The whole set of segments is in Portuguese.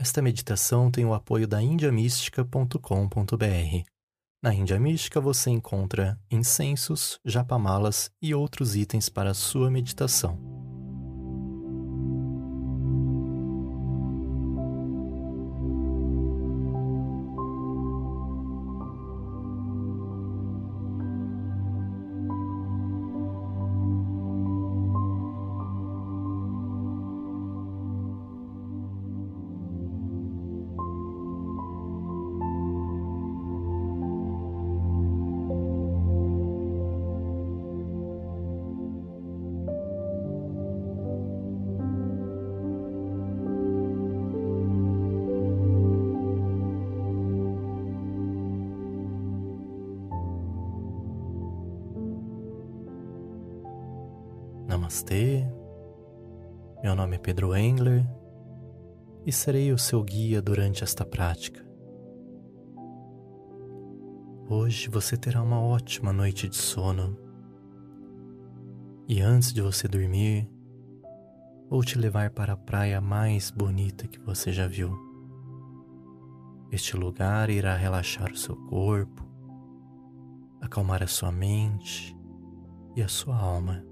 Esta meditação tem o apoio da indiamística.com.br. Na Índia Mística você encontra incensos, japamalas e outros itens para a sua meditação. Namastê, meu nome é Pedro Engler e serei o seu guia durante esta prática. Hoje você terá uma ótima noite de sono e antes de você dormir, vou te levar para a praia mais bonita que você já viu. Este lugar irá relaxar o seu corpo, acalmar a sua mente e a sua alma.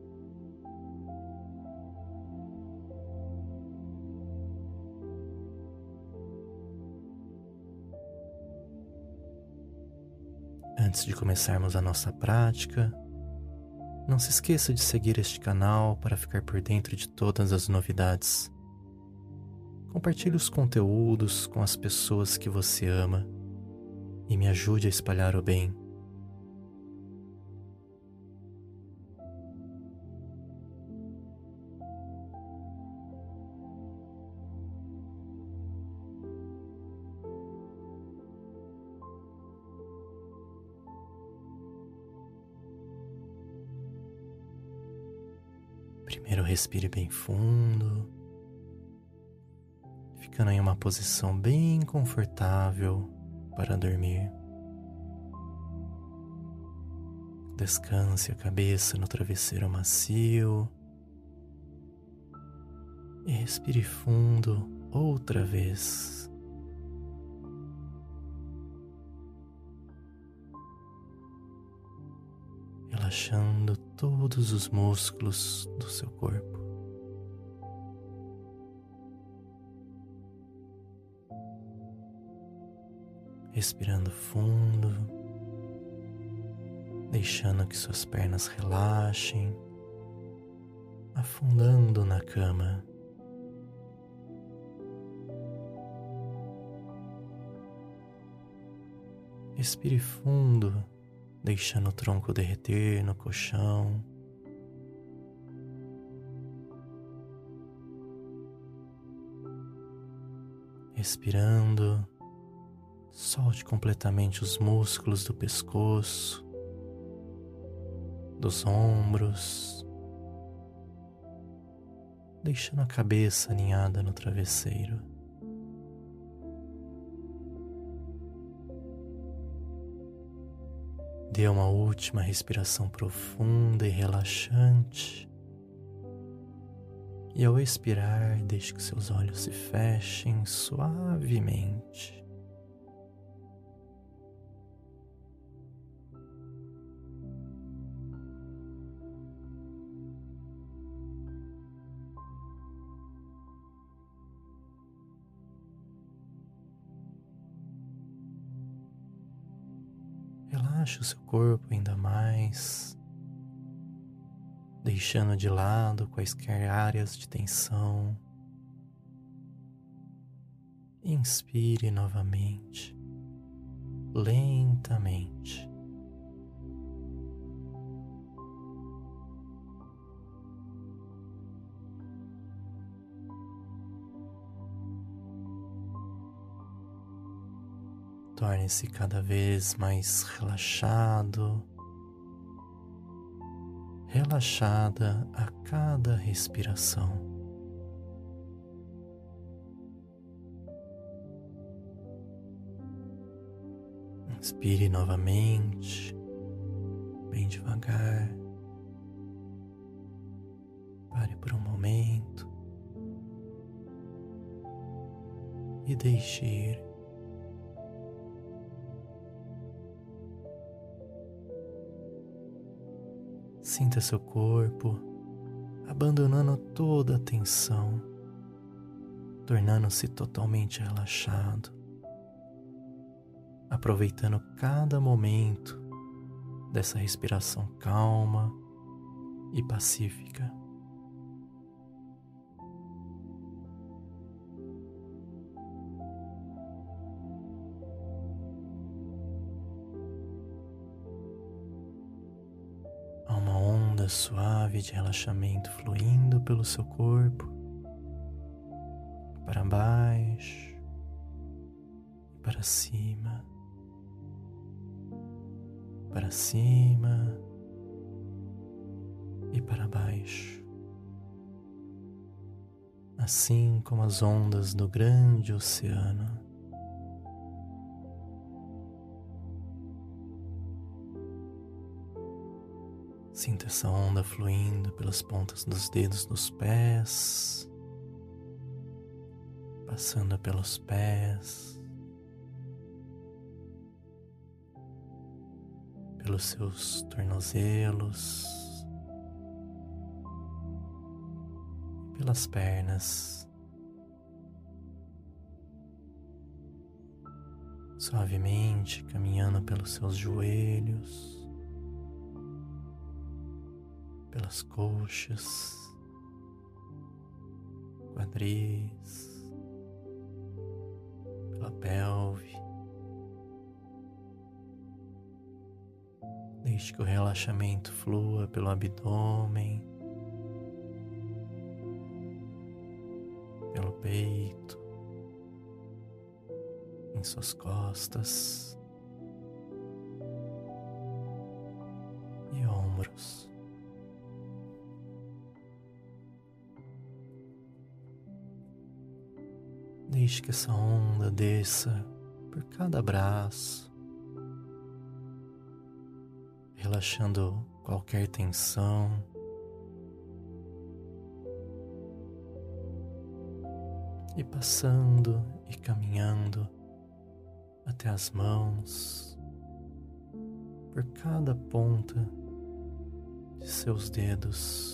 Antes de começarmos a nossa prática, não se esqueça de seguir este canal para ficar por dentro de todas as novidades. Compartilhe os conteúdos com as pessoas que você ama e me ajude a espalhar o bem. Primeiro respire bem fundo, ficando em uma posição bem confortável para dormir. Descanse a cabeça no travesseiro macio e respire fundo outra vez. Relaxando todos os músculos do seu corpo. Respirando fundo, deixando que suas pernas relaxem, afundando na cama. Respire fundo, deixando o tronco derreter no colchão. Respirando, solte completamente os músculos do pescoço, dos ombros, deixando a cabeça aninhada no travesseiro. Dê uma última respiração profunda e relaxante. E ao expirar, deixe que seus olhos se fechem suavemente. Relaxe o seu corpo ainda mais, deixando de lado quaisquer áreas de tensão. Inspire novamente, lentamente. Torne-se cada vez mais relaxado, relaxada a cada respiração. Inspire novamente, bem devagar. Pare por um momento. e deixe ir. Sinta seu corpo abandonando toda a tensão, tornando-se totalmente relaxado, aproveitando cada momento dessa respiração calma e pacífica. Há uma onda suave de relaxamento fluindo pelo seu corpo, para baixo e para cima, para cima e para baixo, assim como as ondas do grande oceano. Sinta essa onda fluindo pelas pontas dos dedos dos pés, passando pelos pés, pelos seus tornozelos, pelas pernas, suavemente caminhando pelos seus joelhos, pelas coxas, quadris, pela pelve. Deixe que o relaxamento flua pelo abdômen, pelo peito, em suas costas e ombros. Deixe que essa onda desça por cada braço, relaxando qualquer tensão, e passando e caminhando até as mãos, por cada ponta de seus dedos,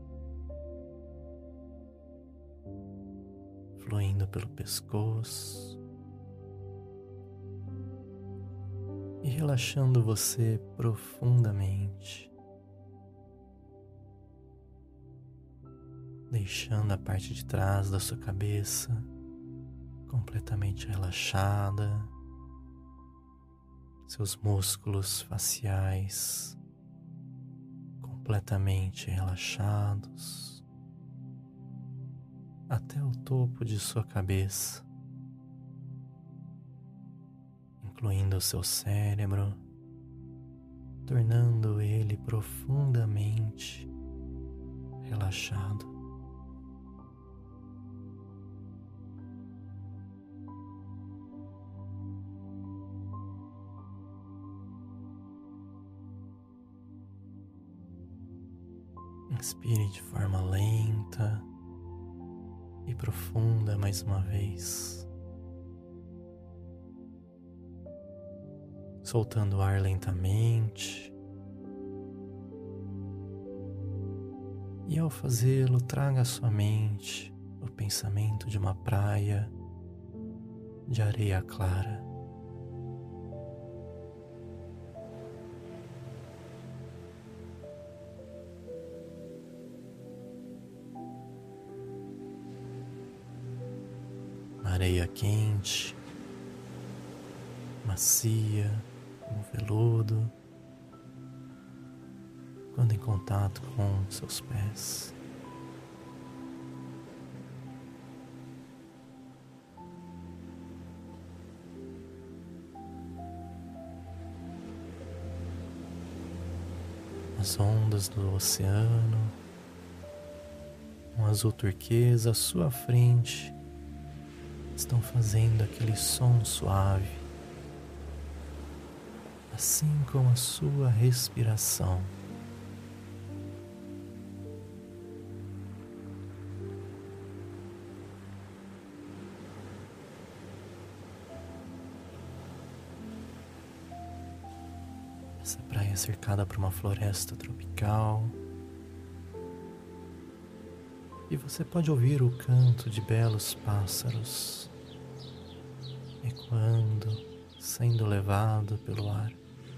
fluindo pelo pescoço e relaxando você profundamente, deixando a parte de trás da sua cabeça completamente relaxada, seus músculos faciais completamente relaxados, até o topo de sua cabeça, incluindo o seu cérebro, tornando ele profundamente relaxado. Inspire de forma lenta e profunda mais uma vez, soltando o ar lentamente, e ao fazê-lo traga à sua mente o pensamento de uma praia de areia clara. Areia quente, macia, como veludo, quando em contato com seus pés. As ondas do oceano, um azul turquesa à sua frente, estão fazendo aquele som suave, assim como a sua respiração. Essa praia é cercada por uma floresta tropical. E você pode ouvir o canto de belos pássaros ecoando, sendo levado pelo ar.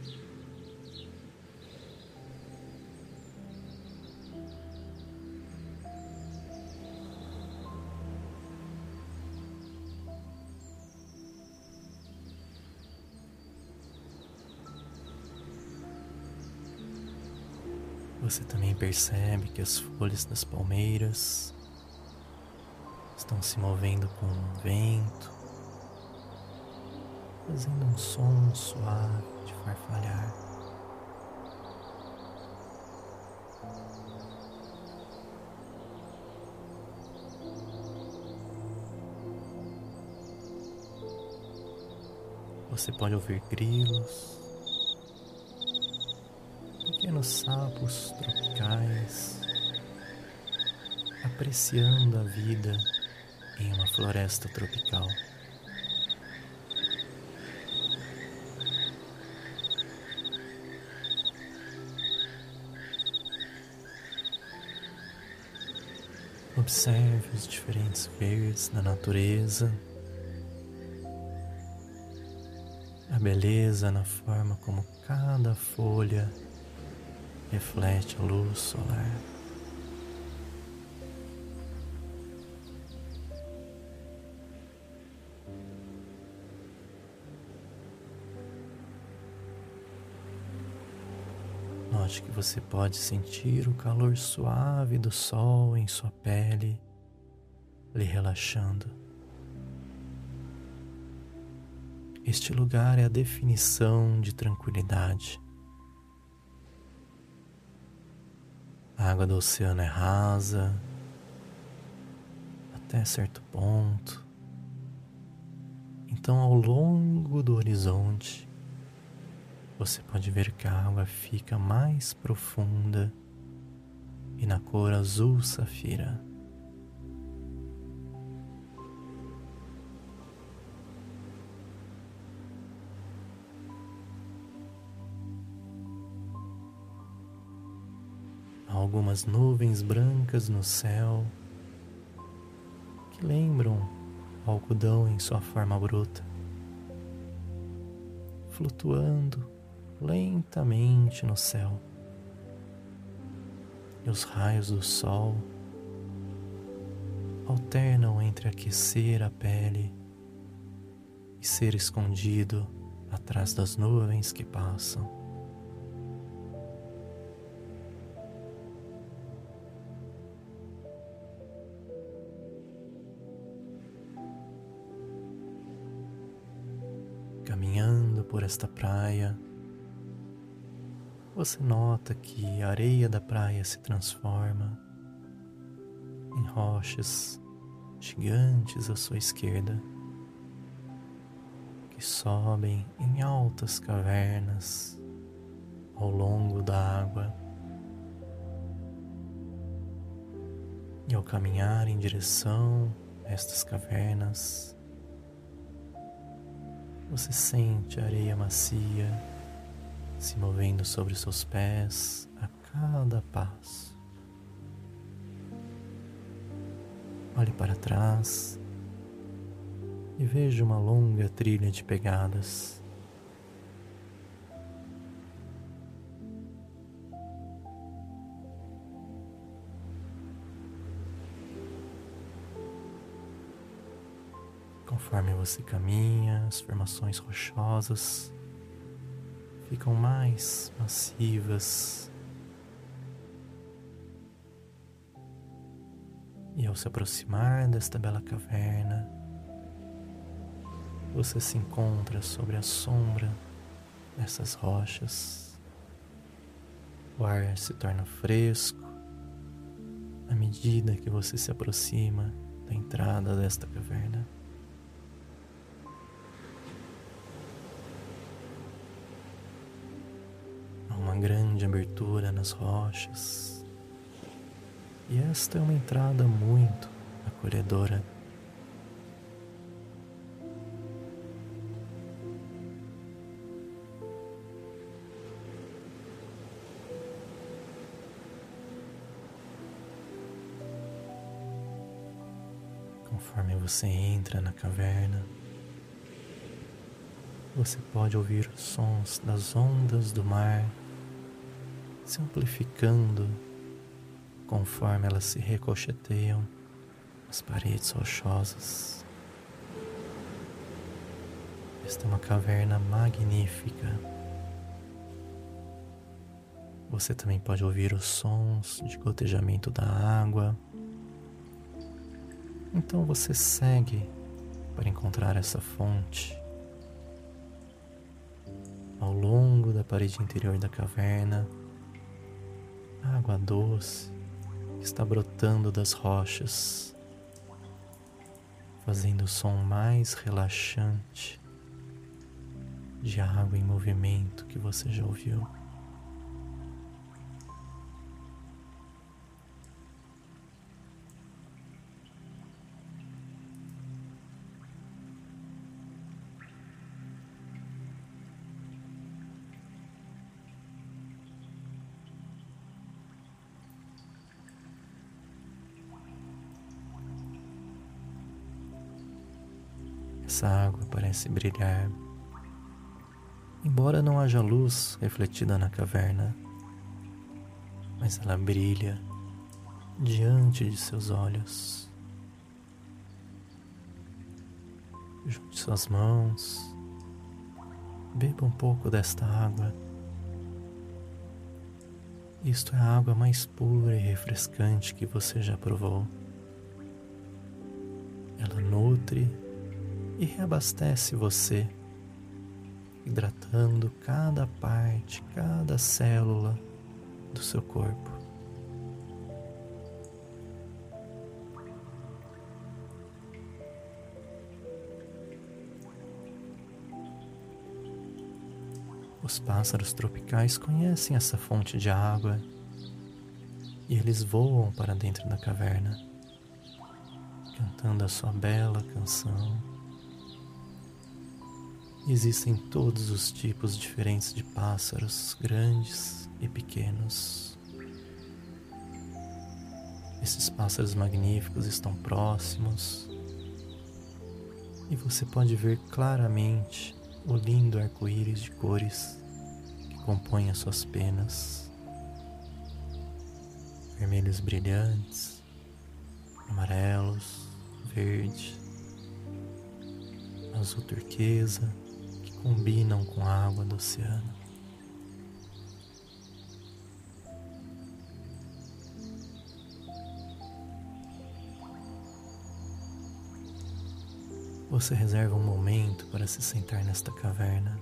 Você também percebe que as folhas das palmeiras estão se movendo com o vento, fazendo um som suave de farfalhar. Você pode ouvir grilos, pequenos sapos tropicais, apreciando a vida em uma floresta tropical. Observe os diferentes verdes da natureza, a beleza na forma como cada folha reflete a luz solar. Note que você pode sentir o calor suave do sol em sua pele, lhe relaxando. Este lugar é a definição de tranquilidade. A água do oceano é rasa, até certo ponto. Então, ao longo do horizonte, você pode ver que a água fica mais profunda e na cor azul safira. Há algumas nuvens brancas no céu que lembram o algodão em sua forma bruta, flutuando lentamente no céu. E os raios do sol alternam entre aquecer a pele e ser escondido atrás das nuvens que passam. Caminhando por esta praia, você nota que a areia da praia se transforma em rochas gigantes à sua esquerda, que sobem em altas cavernas ao longo da água. E ao caminhar em direção a estas cavernas, você sente a areia macia se movendo sobre seus pés a cada passo. Olhe para trás e veja uma longa trilha de pegadas. Conforme você caminha, as formações rochosas ficam mais massivas. E ao se aproximar desta bela caverna, você se encontra sobre a sombra dessas rochas. O ar se torna fresco à medida que você se aproxima da entrada desta caverna. Há uma grande abertura nas rochas, e esta é uma entrada muito acolhedora. Conforme você entra na caverna, você pode ouvir os sons das ondas do mar se amplificando conforme elas se ricocheteiam nas paredes rochosas. Esta é uma caverna magnífica. Você também pode ouvir os sons de gotejamento da água. Então você segue para encontrar essa fonte. Ao longo da parede interior da caverna, água doce que está brotando das rochas, fazendo o som mais relaxante de água em movimento que você já ouviu. Essa água parece brilhar, embora não haja luz refletida na caverna, mas ela brilha diante de seus olhos. Junte suas mãos, beba um pouco desta água. Isto é a água mais pura e refrescante que você já provou. Ela nutre e reabastece você, hidratando cada parte, cada célula do seu corpo. Os pássaros tropicais conhecem essa fonte de água e eles voam para dentro da caverna, cantando a sua bela canção. Existem todos os tipos diferentes de pássaros, grandes e pequenos. Esses pássaros magníficos estão próximos e você pode ver claramente o lindo arco-íris de cores que compõem as suas penas. Vermelhos brilhantes, amarelos, verde, azul turquesa, que combinam com a água do oceano. Você reserva um momento para se sentar nesta caverna.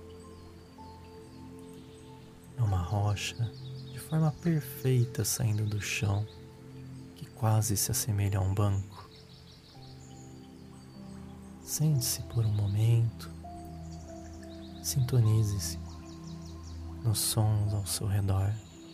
É uma rocha de forma perfeita saindo do chão, que quase se assemelha a um banco. Sente-se por um momento, sintonize-se nos sons ao seu redor.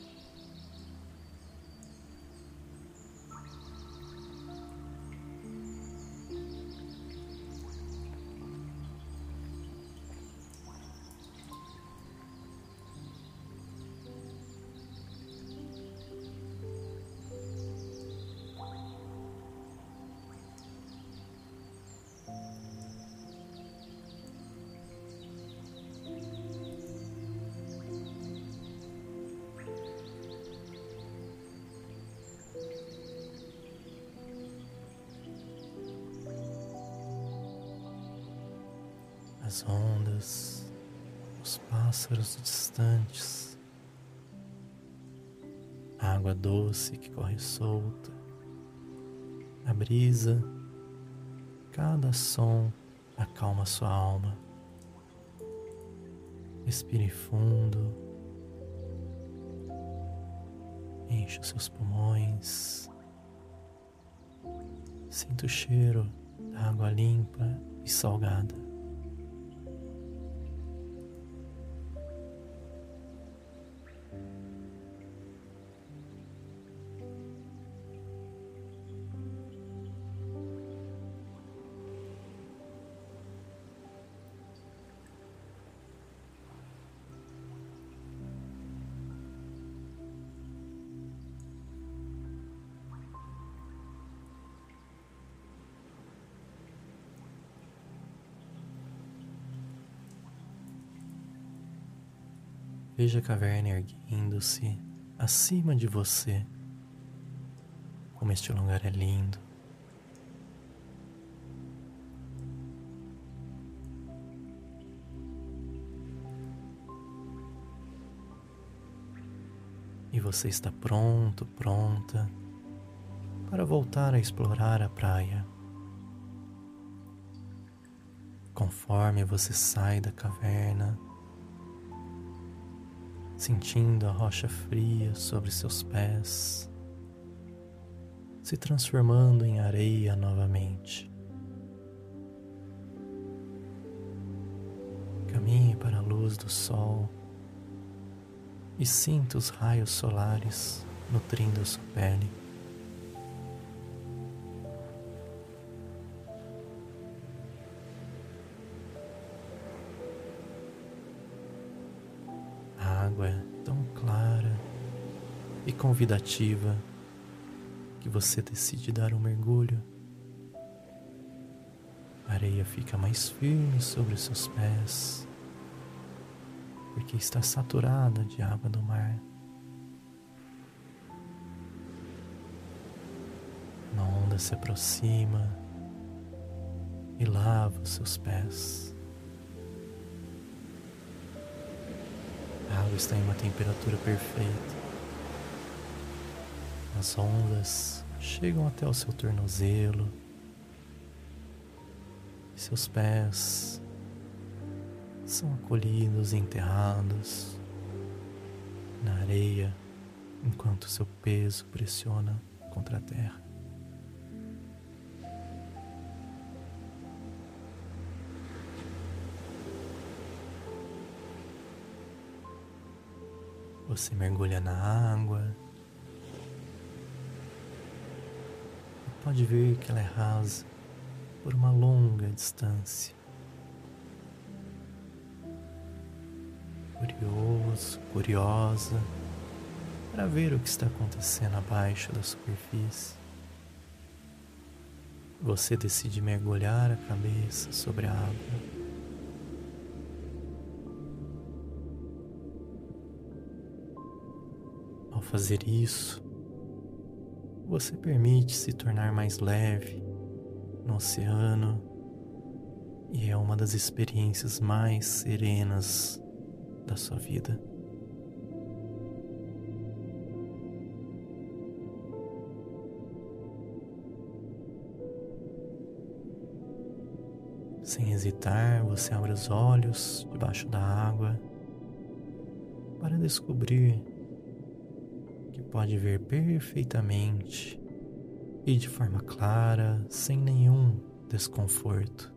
As ondas, os pássaros distantes, a água doce que corre solta, a brisa, cada som acalma sua alma. Respire fundo, enche os seus pulmões, sinta o cheiro da água limpa e salgada. Veja a caverna erguendo-se acima de você. Como este lugar é lindo. E você está pronto, pronta para voltar a explorar a praia. Conforme você sai da caverna, sentindo a rocha fria sobre seus pés, se transformando em areia novamente. Caminhe para a luz do sol e sinta os raios solares nutrindo a sua pele. A água é tão clara e convidativa que você decide dar um mergulho. A areia fica mais firme sobre os seus pés, porque está saturada de água do mar. Uma onda se aproxima e lava os seus pés. A água está em uma temperatura perfeita. As ondas chegam até o seu tornozelo e seus pés são acolhidos e enterrados na areia enquanto seu peso pressiona contra a terra. Você mergulha na água e pode ver que ela é rasa por uma longa distância. Curioso, curiosa, para ver o que está acontecendo abaixo da superfície. Você decide mergulhar a cabeça sobre a água. Ao fazer isso, você permite se tornar mais leve no oceano e é uma das experiências mais serenas da sua vida. Sem hesitar, você abre os olhos debaixo da água para descobrir que pode ver perfeitamente e de forma clara, sem nenhum desconforto.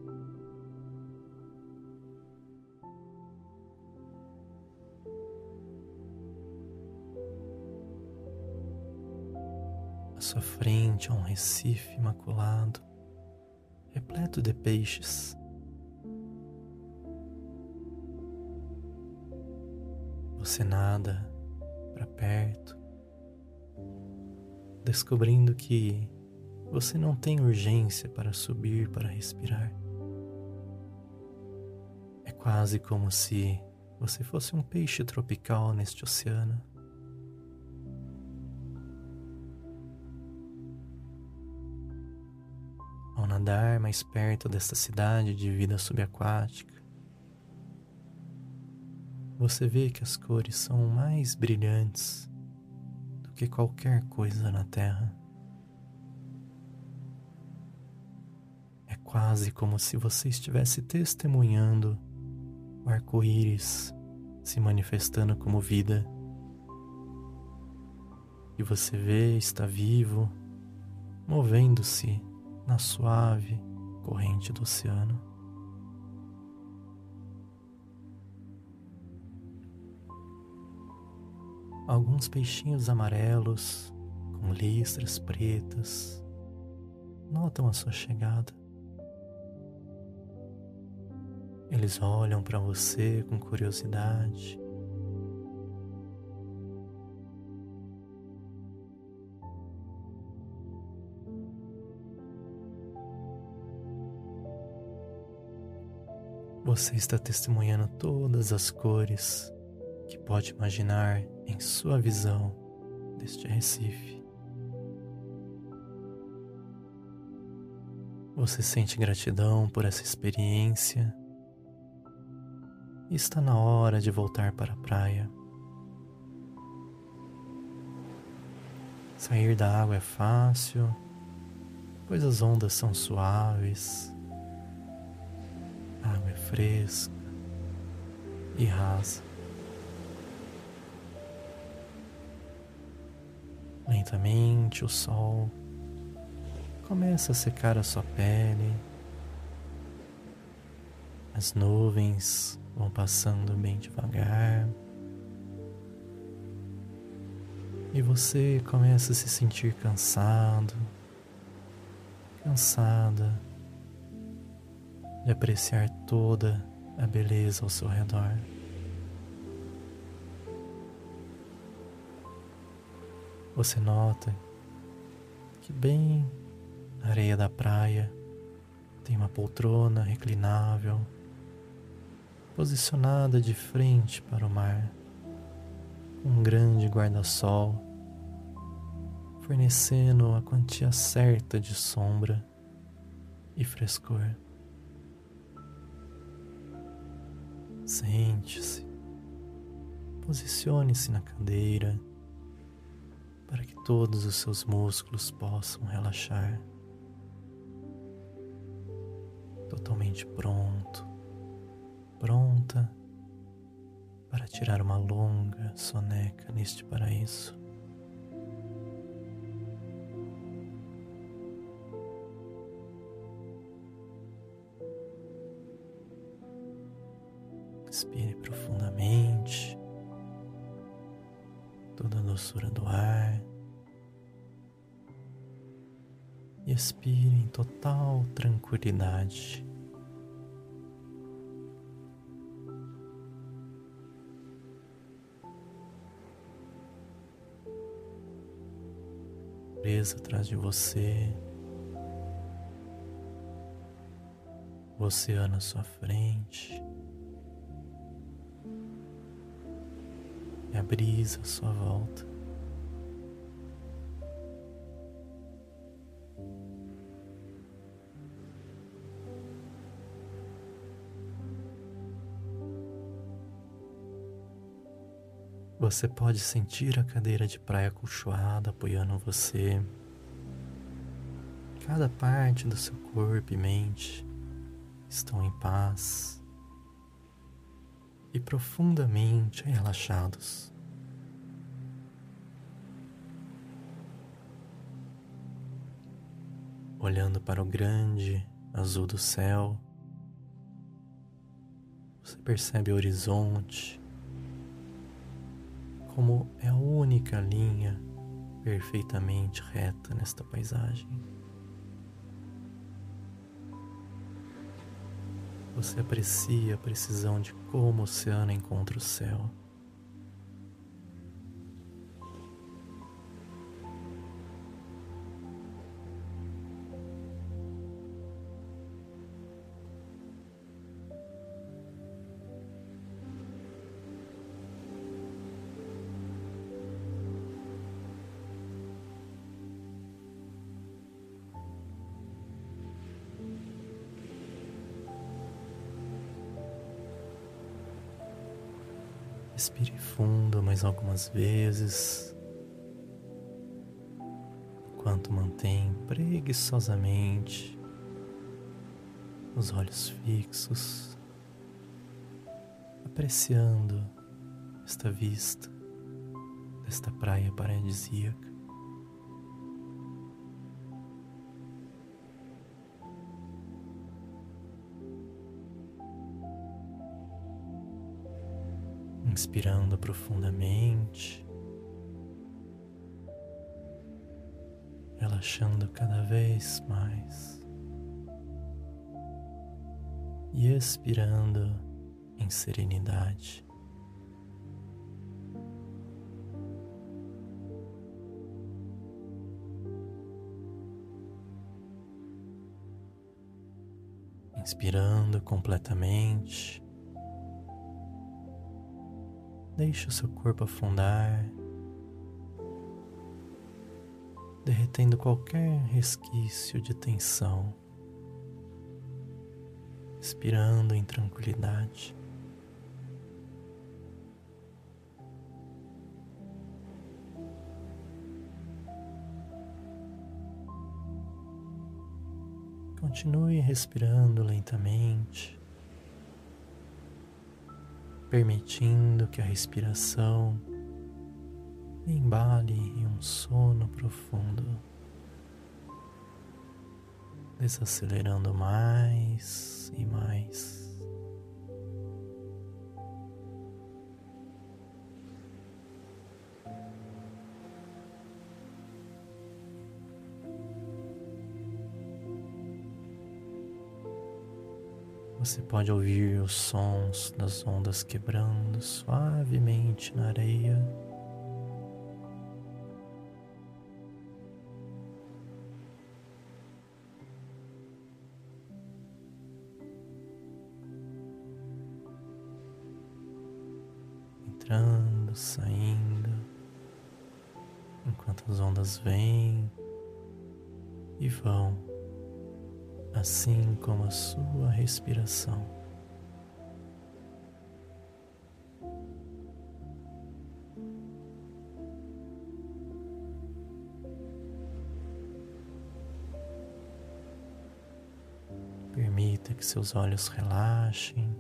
À sua frente há um recife imaculado, repleto de peixes. Você nada para perto, descobrindo que você não tem urgência para subir para respirar. É quase como se você fosse um peixe tropical neste oceano. Ao nadar mais perto desta cidade de vida subaquática, você vê que as cores são mais brilhantes do que qualquer coisa na Terra. É quase como se você estivesse testemunhando o arco-íris se manifestando como vida. E você vê, está vivo, movendo-se na suave corrente do oceano. Alguns peixinhos amarelos com listras pretas notam a sua chegada. Eles olham para você com curiosidade. Você está testemunhando todas as cores que pode imaginar em sua visão deste Recife. Você sente gratidão por essa experiência e está na hora de voltar para a praia. Sair da água é fácil, pois as ondas são suaves, a água é fresca e rasa. Lentamente o sol começa a secar a sua pele, as nuvens vão passando bem devagar e você começa a se sentir cansado, cansada de apreciar toda a beleza ao seu redor. Você nota que bem na areia da praia tem uma poltrona reclinável posicionada de frente para o mar, um grande guarda-sol fornecendo a quantia certa de sombra e frescor. Sente-se, posicione-se na cadeira para que todos os seus músculos possam relaxar. Totalmente pronto, pronta para tirar uma longa soneca neste paraíso. Inspire profundamente toda a doçura do ar e expire em total tranquilidade. Presa atrás de você, o oceano à sua frente e a brisa à sua volta. Você pode sentir a cadeira de praia acolchoada apoiando você. Cada parte do seu corpo e mente estão em paz e profundamente relaxados. Olhando para o grande azul do céu, você percebe o horizonte como é a única linha perfeitamente reta nesta paisagem. Você aprecia a precisão de como o oceano encontra o céu. Respire fundo mais algumas vezes, enquanto mantém preguiçosamente os olhos fixos, apreciando esta vista desta praia paradisíaca. Inspirando profundamente, relaxando cada vez mais e expirando em serenidade. Inspirando completamente, Deixe o seu corpo afundar, derretendo qualquer resquício de tensão, expirando em tranquilidade. Continue respirando lentamente, permitindo que a respiração lhe embale em um sono profundo, desacelerando mais e mais. Você pode ouvir os sons das ondas quebrando suavemente na areia. Entrando, saindo, enquanto as ondas vêm e vão, assim como a sua respiração. Permita que seus olhos relaxem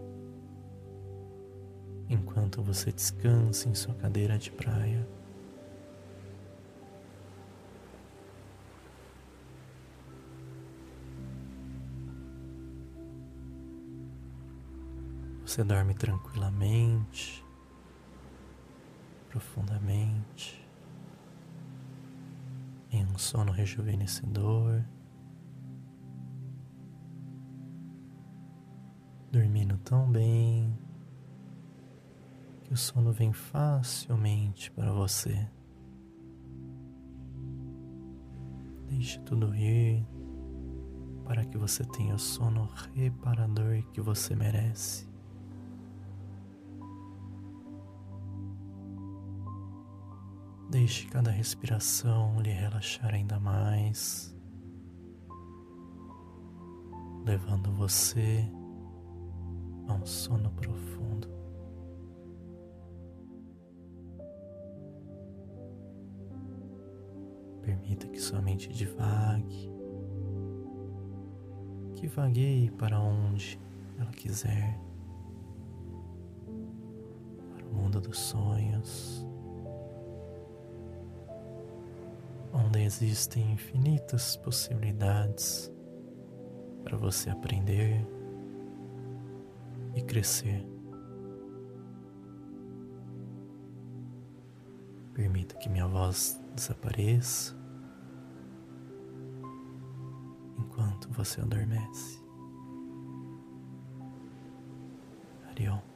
enquanto você descansa em sua cadeira de praia. Você dorme tranquilamente, profundamente, em um sono rejuvenescedor, dormindo tão bem que o sono vem facilmente para você. Deixe tudo ir para que você tenha o sono reparador que você merece. Deixe cada respiração lhe relaxar ainda mais, levando você a um sono profundo. Permita que sua mente divague, que vagueie para onde ela quiser, para o mundo dos sonhos, onde existem infinitas possibilidades para você aprender e crescer. Permita que minha voz desapareça enquanto você adormece. Arion.